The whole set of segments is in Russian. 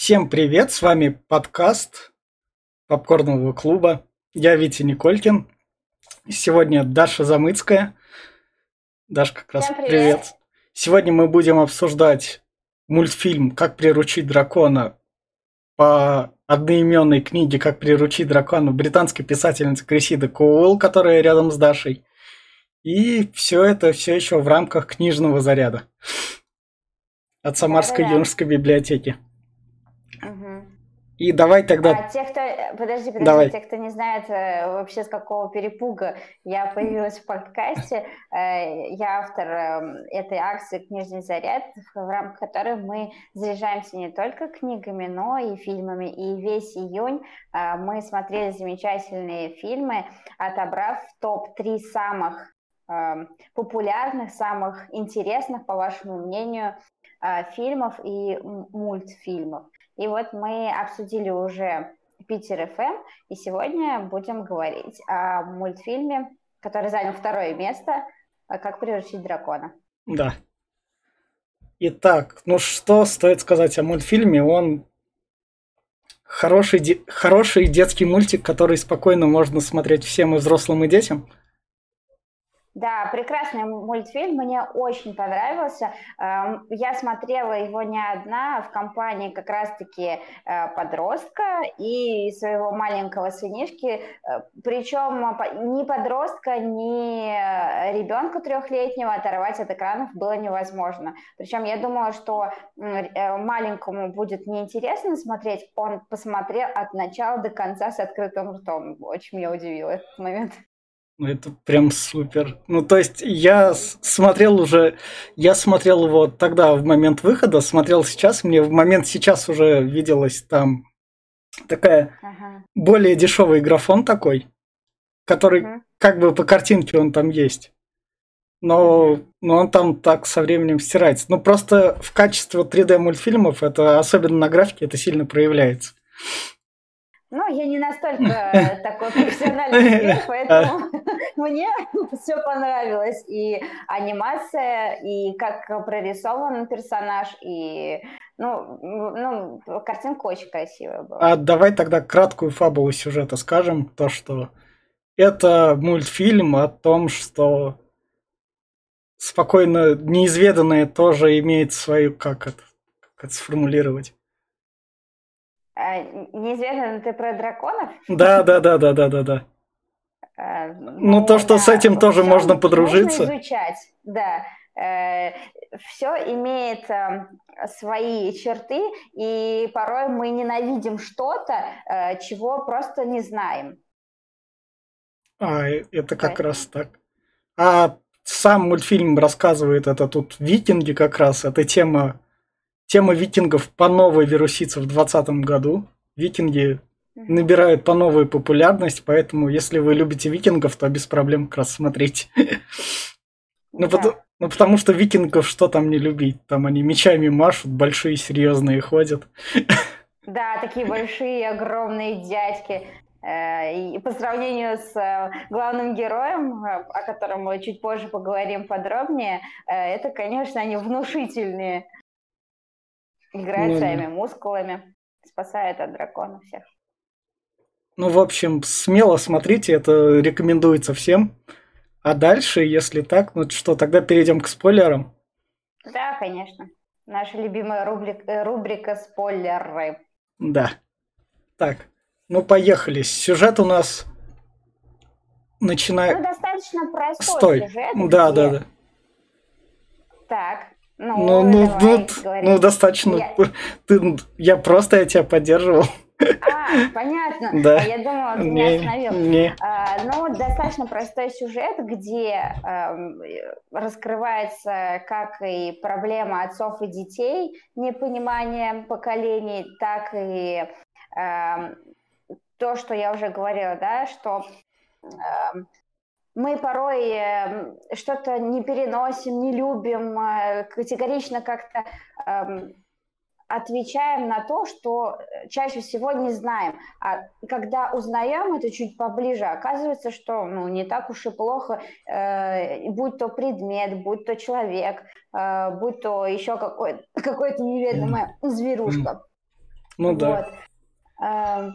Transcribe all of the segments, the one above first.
Всем привет, с вами подкаст Попкорнового клуба. Я Витя Николькин. Сегодня Даша Замыцкая. Даша, как раз Всем привет! привет. Сегодня мы будем обсуждать мультфильм «Как приручить дракона» по одноименной книге «Как приручить дракона» британской писательницы Крисиды Коуэлл, которая рядом с Дашей. И все это все еще в рамках книжного заряда от Самарской Да-да-да. юношеской библиотеки. Мгм. И давай тогда... Подожди, Давай. те, кто не знает вообще с какого перепуга я появилась в подкасте, я автор этой акции «Книжный заряд», в рамках которой мы заряжаемся не только книгами, но и фильмами. И весь июнь мы смотрели замечательные фильмы, отобрав топ-3 самых популярных, самых интересных, по вашему мнению, фильмов и мультфильмов. И вот мы обсудили уже Питер ФМ, и сегодня будем говорить о мультфильме, который занял второе место, «Как приручить дракона». Да. Итак, ну что стоит сказать о мультфильме? Он хороший детский мультик, который спокойно можно смотреть всем и взрослым, и детям. Да, прекрасный мультфильм, мне очень понравился. Я смотрела его не одна, в компании как раз-таки подростка и своего маленького сынишки. Причем ни подростка, ни ребенка 3-летнего оторвать от экранов было невозможно. Причем я думала, что маленькому будет неинтересно смотреть. Он посмотрел от начала до конца с открытым ртом. Очень меня удивило этот момент. Ну, это прям супер. Ну, то есть, я смотрел его тогда в момент выхода, смотрел сейчас, мне в момент сейчас уже виделась там такая Ага. более дешевый графон такой, который Угу. как бы по картинке он там есть. Но он там так со временем стирается. Ну, просто в качестве 3D мультфильмов, это особенно на графике, это сильно проявляется. Ну, я не настолько такой профессиональный эксперт, поэтому мне все понравилось. И анимация, и как прорисован персонаж, и картинка очень красивая была. А давай тогда краткую фабулу сюжета скажем. То, что это мультфильм о том, что спокойно неизведанное тоже имеет свою, как это сформулировать? Неизвестно, ты про драконов? Да. Ну, то, Ну, что с этим да, тоже все можно нужно подружиться. изучать, да. Все имеет свои черты, и порой мы ненавидим что-то, чего просто не знаем. Это как раз Поэтому. так. А сам мультфильм рассказывает это тут викинги как раз. Это тема викингов по новой вирусится в 2020 году. Викинги Мгм. набирают по новой популярность, поэтому если вы любите викингов, то без проблем как раз смотрите. Да. Потому что викингов что там не любить? Там они мечами машут, большие, серьезные ходят. Да, такие большие, огромные дядьки. И по сравнению с главным героем, о котором мы чуть позже поговорим подробнее, это, конечно, они внушительные. Играют Ну да. своими мускулами, спасают от дракона всех. Ну, в общем, смело смотрите, это рекомендуется всем. А дальше, если так, ну что, тогда перейдем к спойлерам. Да, конечно. Наша любимая рубрика «Спойлеры». Да. Так, ну поехали. Сюжет у нас начинает... Достаточно простой Стой. сюжет, Да. где... Так, Ну, ну, ну, давай, ну, говори. достаточно. Я тебя поддерживал. Понятно. Да. А я думала, ты меня остановил. Не. Достаточно простой сюжет, где раскрывается как и проблема отцов и детей, непонимание поколений, так и то, что я уже говорила, да, что мы порой что-то не переносим, не любим, категорично как-то отвечаем на то, что чаще всего не знаем. А когда узнаем это чуть поближе, оказывается, что не так уж и плохо, будь то предмет, будь то человек, будь то еще какое-то неведомая зверушка. Ну да. Вот. Эм,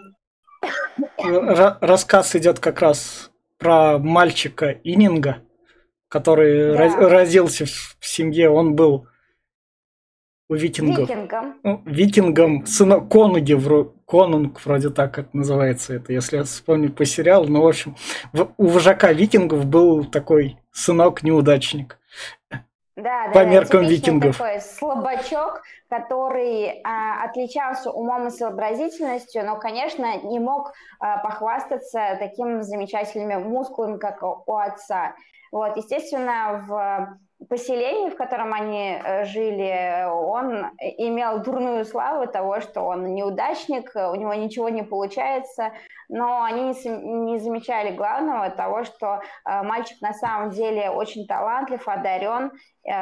Рассказ идет как раз про мальчика Ининга, который Да, родился в семье, он был у викингов. викингом. Ну, викингом, сына Конунги, Конунг, вроде так это называется, это если я вспомню по сериалу. Ну, в общем, у вожака викингов был такой сынок-неудачник Да, по да, да, меркам типичный викингов. такой слабачок, который отличался умом и сообразительностью, но, конечно, не мог похвастаться такими замечательными мускулами, как у отца. Вот, естественно, в поселении, в котором они жили, он имел дурную славу того, что он неудачник, у него ничего не получается, но они не замечали главного того, что мальчик на самом деле очень талантлив, одарен,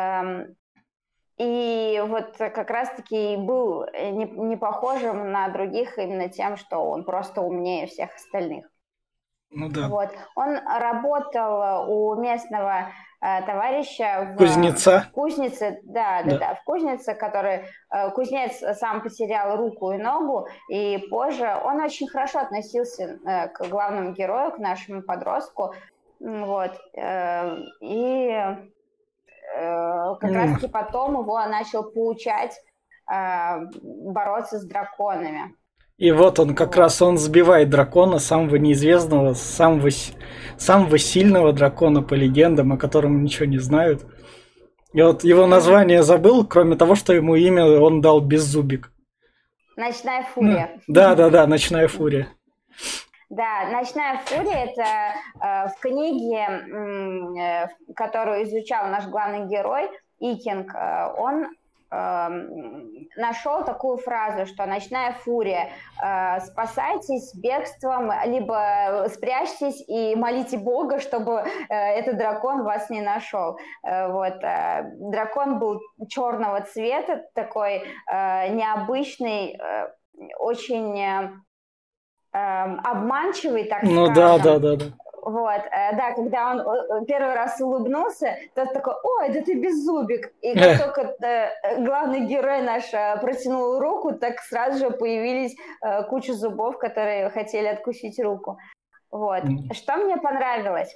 и вот как раз-таки был не похожим на других именно тем, что он просто умнее всех остальных. Ну да. Вот. Он работал у местного товарища Кузнеца. в кузнице, да, в кузнице, который кузнец сам потерял руку и ногу, и позже он очень хорошо относился к главному герою, к нашему подростку, вот, и как раз-таки потом его начал поучать бороться с драконами. И вот он как раз он сбивает дракона, самого неизвестного, самого сильного дракона по легендам, о котором ничего не знают. И вот его название забыл, кроме того, что ему имя он дал Беззубик. Ночная фурия. Да, Ночная фурия. Да, «Ночная фурия» — это в книге, которую изучал наш главный герой, Икинг, он нашел такую фразу, что «Ночная фурия, спасайтесь бегством, либо спрячьтесь и молите Бога, чтобы этот дракон вас не нашел». Вот. Дракон был черного цвета, такой необычный, очень обманчивый, так скажем. Ну да. Вот, да, когда он первый раз улыбнулся, тот такой: «Ой, да ты беззубик». И как только главный герой наш протянул руку, так сразу же появились куча зубов, которые хотели откусить руку. Вот. Что мне понравилось?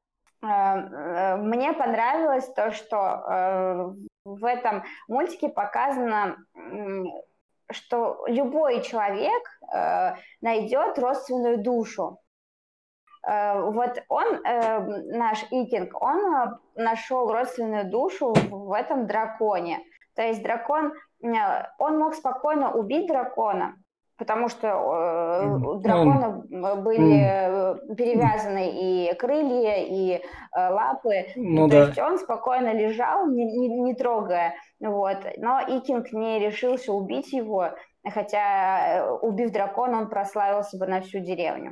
Мне понравилось то, что в этом мультике показано, что любой человек найдет родственную душу. Вот он, наш Икинг, он нашел родственную душу в этом драконе. То есть дракон, он мог спокойно убить дракона, потому что у дракона были перевязаны и крылья, и лапы. Ну, то есть он спокойно лежал, не трогая. Вот. Но Икинг не решился убить его, хотя, убив дракона, он прославился бы на всю деревню.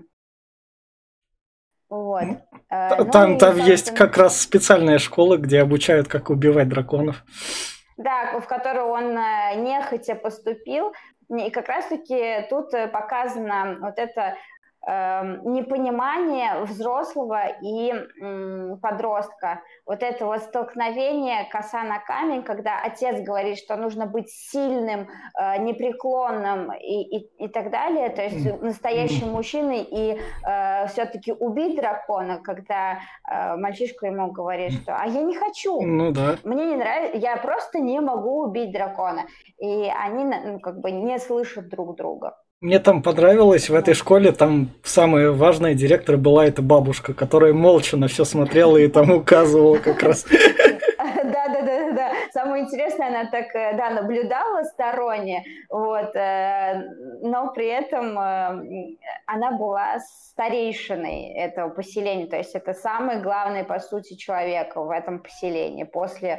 Вот. Там есть как раз специальная школа, где обучают, как убивать драконов. Да, в которую он нехотя поступил. И как раз-таки тут показано вот это непонимание взрослого и подростка. Вот это вот столкновение коса на камень, когда отец говорит, что нужно быть сильным, непреклонным и так далее, то есть настоящим мужчиной, и все-таки убить дракона, когда мальчишка ему говорит, что «а я не хочу, мне не нравится, я просто не могу убить дракона». И они как бы не слышат друг друга. Мне там понравилось в этой школе, там самая важная директор была эта бабушка, которая молча на все смотрела и там указывала как раз. Да. Самое интересное, она так, наблюдала сторонне, вот, но при этом она была старейшиной этого поселения, то есть это самый главный, по сути, человек в этом поселении после,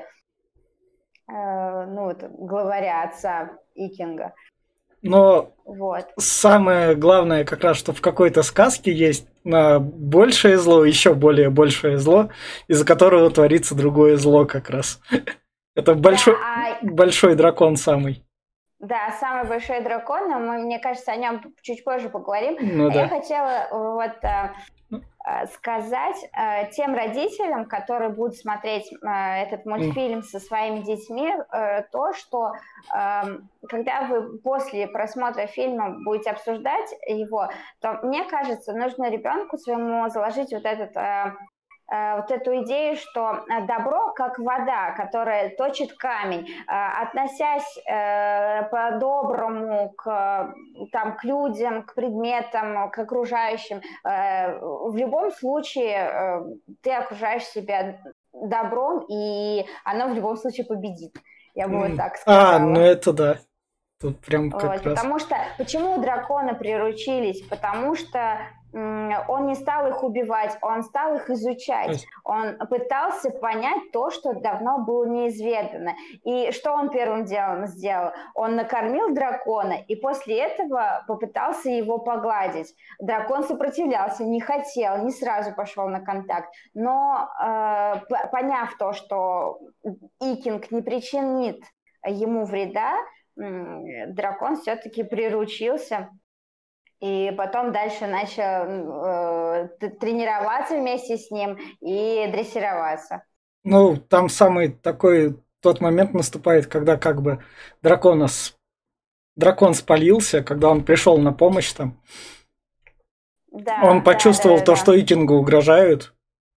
главаря, отца Икинга. Но самое главное как раз, что в какой-то сказке есть большее зло, еще более большее зло, из-за которого творится другое зло как раз. Это большой дракон самый. Да, самый большой дракон, но мне кажется, о нем чуть позже поговорим. Я хотела сказать тем родителям, которые будут смотреть этот мультфильм со своими детьми, то, что когда вы после просмотра фильма будете обсуждать его, то, мне кажется, нужно ребенку своему заложить вот эту идею, что добро как вода, которая точит камень, относясь по-доброму к людям, к предметам, к окружающим, в любом случае ты окружаешь себя добром, и оно в любом случае победит. Я бы вот так сказала. Ну это да. Тут прям как раз. Потому что, почему драконы приручились? Потому что он не стал их убивать, он стал их изучать. Он пытался понять то, что давно было неизведано. И что он первым делом сделал? Он накормил дракона, и после этого попытался его погладить. Дракон сопротивлялся, не хотел, не сразу пошел на контакт. Но поняв то, что Икинг не причинит ему вреда, дракон все-таки приручился. И потом дальше начал тренироваться вместе с ним и дрессироваться. Ну, там самый такой тот момент наступает, когда как бы дракон спалился, когда он пришел на помощь там. Да, он почувствовал то, что Икингу угрожают.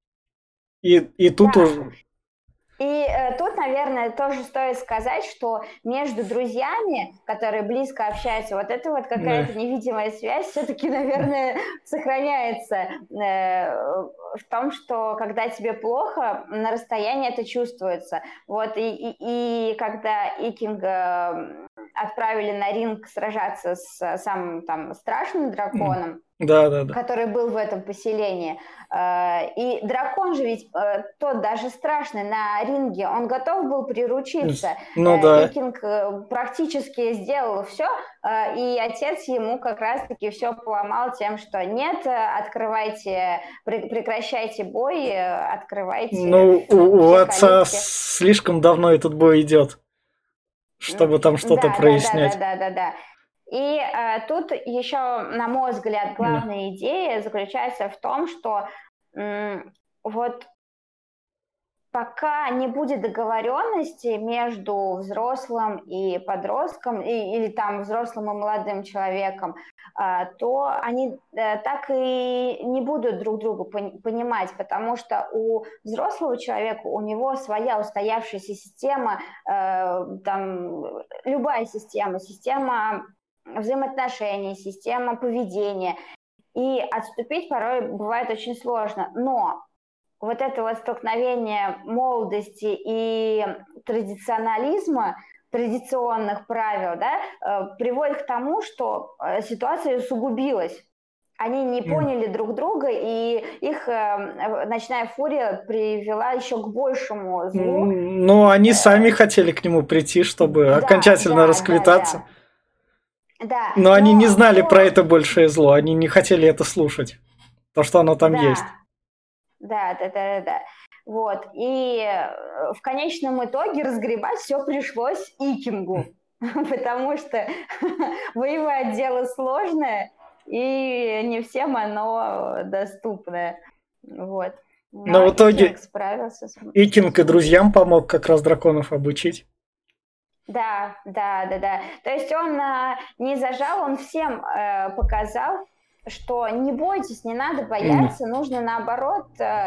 И тут уже... И тут, наверное, тоже стоит сказать, что между друзьями, которые близко общаются, вот эта вот какая-то невидимая связь все-таки, наверное, сохраняется в том, что когда тебе плохо, на расстоянии это чувствуется. Вот, и когда Икинга отправили на ринг сражаться с самым там страшным драконом, который был в этом поселении. И дракон же ведь тот даже страшный на ринге, он готов был приручиться. Икинг практически сделал все, и отец ему как раз-таки все поломал тем, что нет, открывайте, прекращайте бой, открывайте. Ну, у отца слишком давно этот бой идет, чтобы там что-то прояснять. Да. И тут еще, на мой взгляд, главная идея заключается в том, что вот пока не будет договоренности между взрослым и подростком, или там взрослым и молодым человеком, то они так и не будут друг друга понимать, потому что у взрослого человека, у него своя устоявшаяся система, там любая система взаимоотношений, система поведения. И отступить порой бывает очень сложно. Но вот это вот столкновение молодости и традиционализма, традиционных правил, да, приводит к тому, что ситуация усугубилась. Они не поняли друг друга, и их ночная фурия привела еще к большему злу. Но они сами хотели к нему прийти, чтобы окончательно расквитаться. Да. Но они не знали про это большее зло, они не хотели это слушать, то, что оно там есть. Да. Вот. И в конечном итоге разгребать все пришлось Икингу, потому что воевать дело сложное, и не всем оно доступное. Вот. Но в итоге Икинг справился Икинг и друзьям помог как раз драконов обучить. Да. То есть он не зажал, он всем показал, что не бойтесь, не надо бояться, нужно наоборот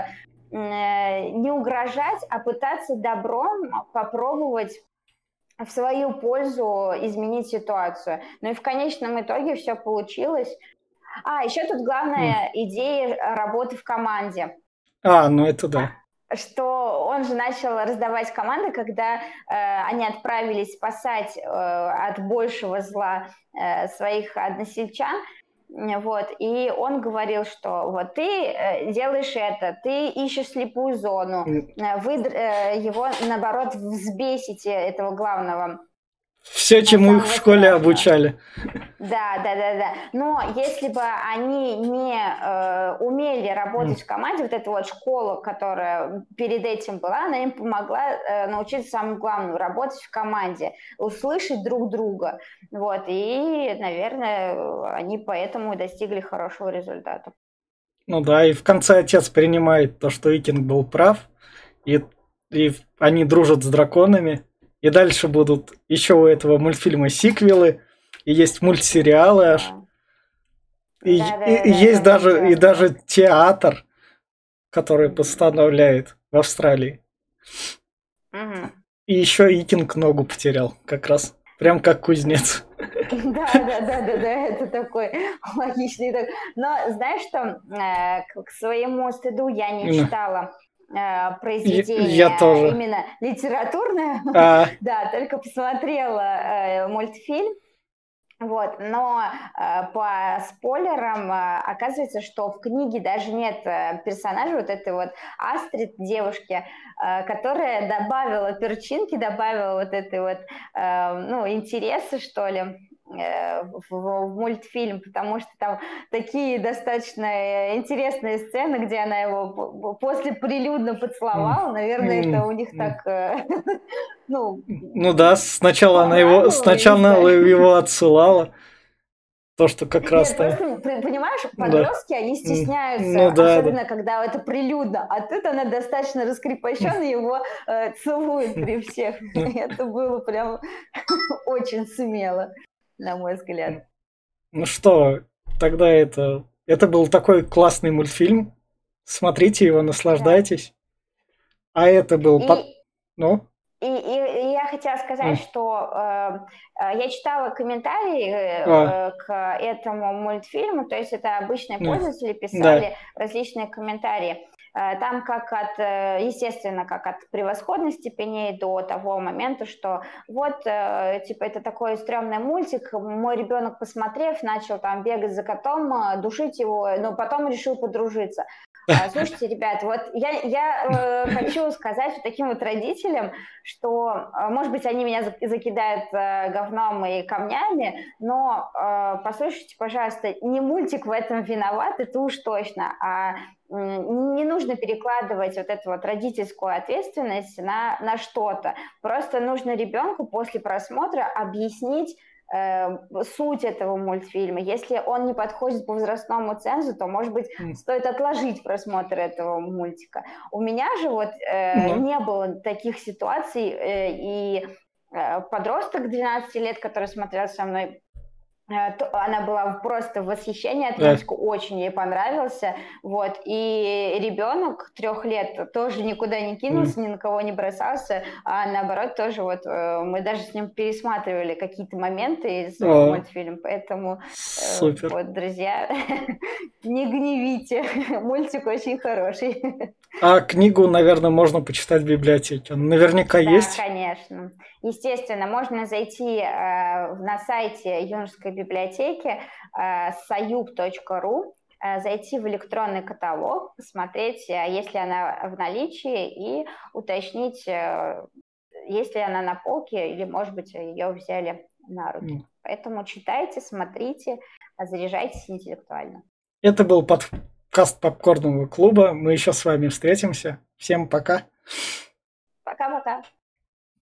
не угрожать, а пытаться добром попробовать в свою пользу изменить ситуацию. Ну и в конечном итоге все получилось. Еще тут главная идея работы в команде. Ну это да. Что он же начал раздавать команды, когда они отправились спасать от большего зла своих односельчан. Вот, и он говорил, что вот ты делаешь это, ты ищешь слепую зону, вы его, наоборот, взбесите, этого главного. Все, чему их в школе обучали. Да. Но если бы они не умели работать в команде, вот эта вот школа, которая перед этим была, она им помогла научиться самому главному — работать в команде, услышать друг друга. Вот, и, наверное, они поэтому и достигли хорошего результата. Ну да, и в конце отец принимает то, что Икинг был прав, и, и они дружат с драконами. И дальше будут еще у этого мультфильма сиквелы, и есть мультсериалы аж. Да. И Да-да-да, есть это и обалденно. даже театр, который Мгм. постановляет в Австралии. Мгм. И еще Икинг ногу потерял, как раз. Прям как кузнец. Да, это такой логичный. Но знаешь что, к своему стыду я не Ну, читала я произведение тоже. именно литературное, А, да, только посмотрела мультфильм. Вот, но по спойлерам оказывается, что в книге даже нет персонажа вот этой вот Астрид, девушки, которая добавила перчинки, добавила вот этой вот, ну, интереса, что ли, в мультфильм, потому что там такие достаточно интересные сцены, где она его после прилюдно м, поцеловала. Наверное, это м, у них м. так, ну, Ну да, сначала по правилам, я не сначала она знаю. его отсылала. То, что как раз Нет, там. просто, понимаешь, Да. подростки, они Ну стесняются, да, да. особенно когда это прилюдно, а тут она достаточно раскрепощенно его целует при всех. Это было прям очень смело, на мой взгляд. Ну что, тогда это был такой классный мультфильм. Смотрите его, Да. наслаждайтесь. А это был И ну, И я хотела сказать, м, что я читала комментарии а, к этому мультфильму, то есть это обычные ну, пользователи да. писали различные комментарии. Там как от, естественно, как от превосходной степени до того момента, что вот, типа, это такой стрёмный мультик, мой ребенок, посмотрев, начал там бегать за котом, душить его, но потом решил подружиться. Слушайте, ребят, вот я хочу сказать вот таким вот родителям, что, может быть, они меня закидают говном и камнями, но послушайте, пожалуйста, не мультик в этом виноват, это уж точно, а не нужно перекладывать вот эту вот родительскую ответственность на что-то. Просто нужно ребенку после просмотра объяснить суть этого мультфильма. Если он не подходит по возрастному цензу, то, может быть, м, стоит отложить просмотр этого мультика. У меня же вот Ну, не было таких ситуаций, и подросток 12 лет, который смотрел со мной, она была просто в восхищении от да. мультика, очень ей понравился, вот, и ребенок 3 лет тоже никуда не м, кинулся, ни на кого не бросался, а наоборот тоже вот мы даже с ним пересматривали какие-то моменты из О, мультфильма, поэтому супер. вот, друзья, не гневите, мультик очень хороший. А книгу, наверное, можно почитать в библиотеке. Наверняка Да, есть. конечно. Естественно, можно зайти на сайте юношеской библиотеки sayub.ru, зайти в электронный каталог, посмотреть, есть ли она в наличии, и уточнить, есть ли она на полке, или, может быть, ее взяли на руки. М. Поэтому читайте, смотрите, заряжайтесь интеллектуально. Это был подкаст Попкорного клуба. Мы еще с вами встретимся. Всем пока. Пока-пока.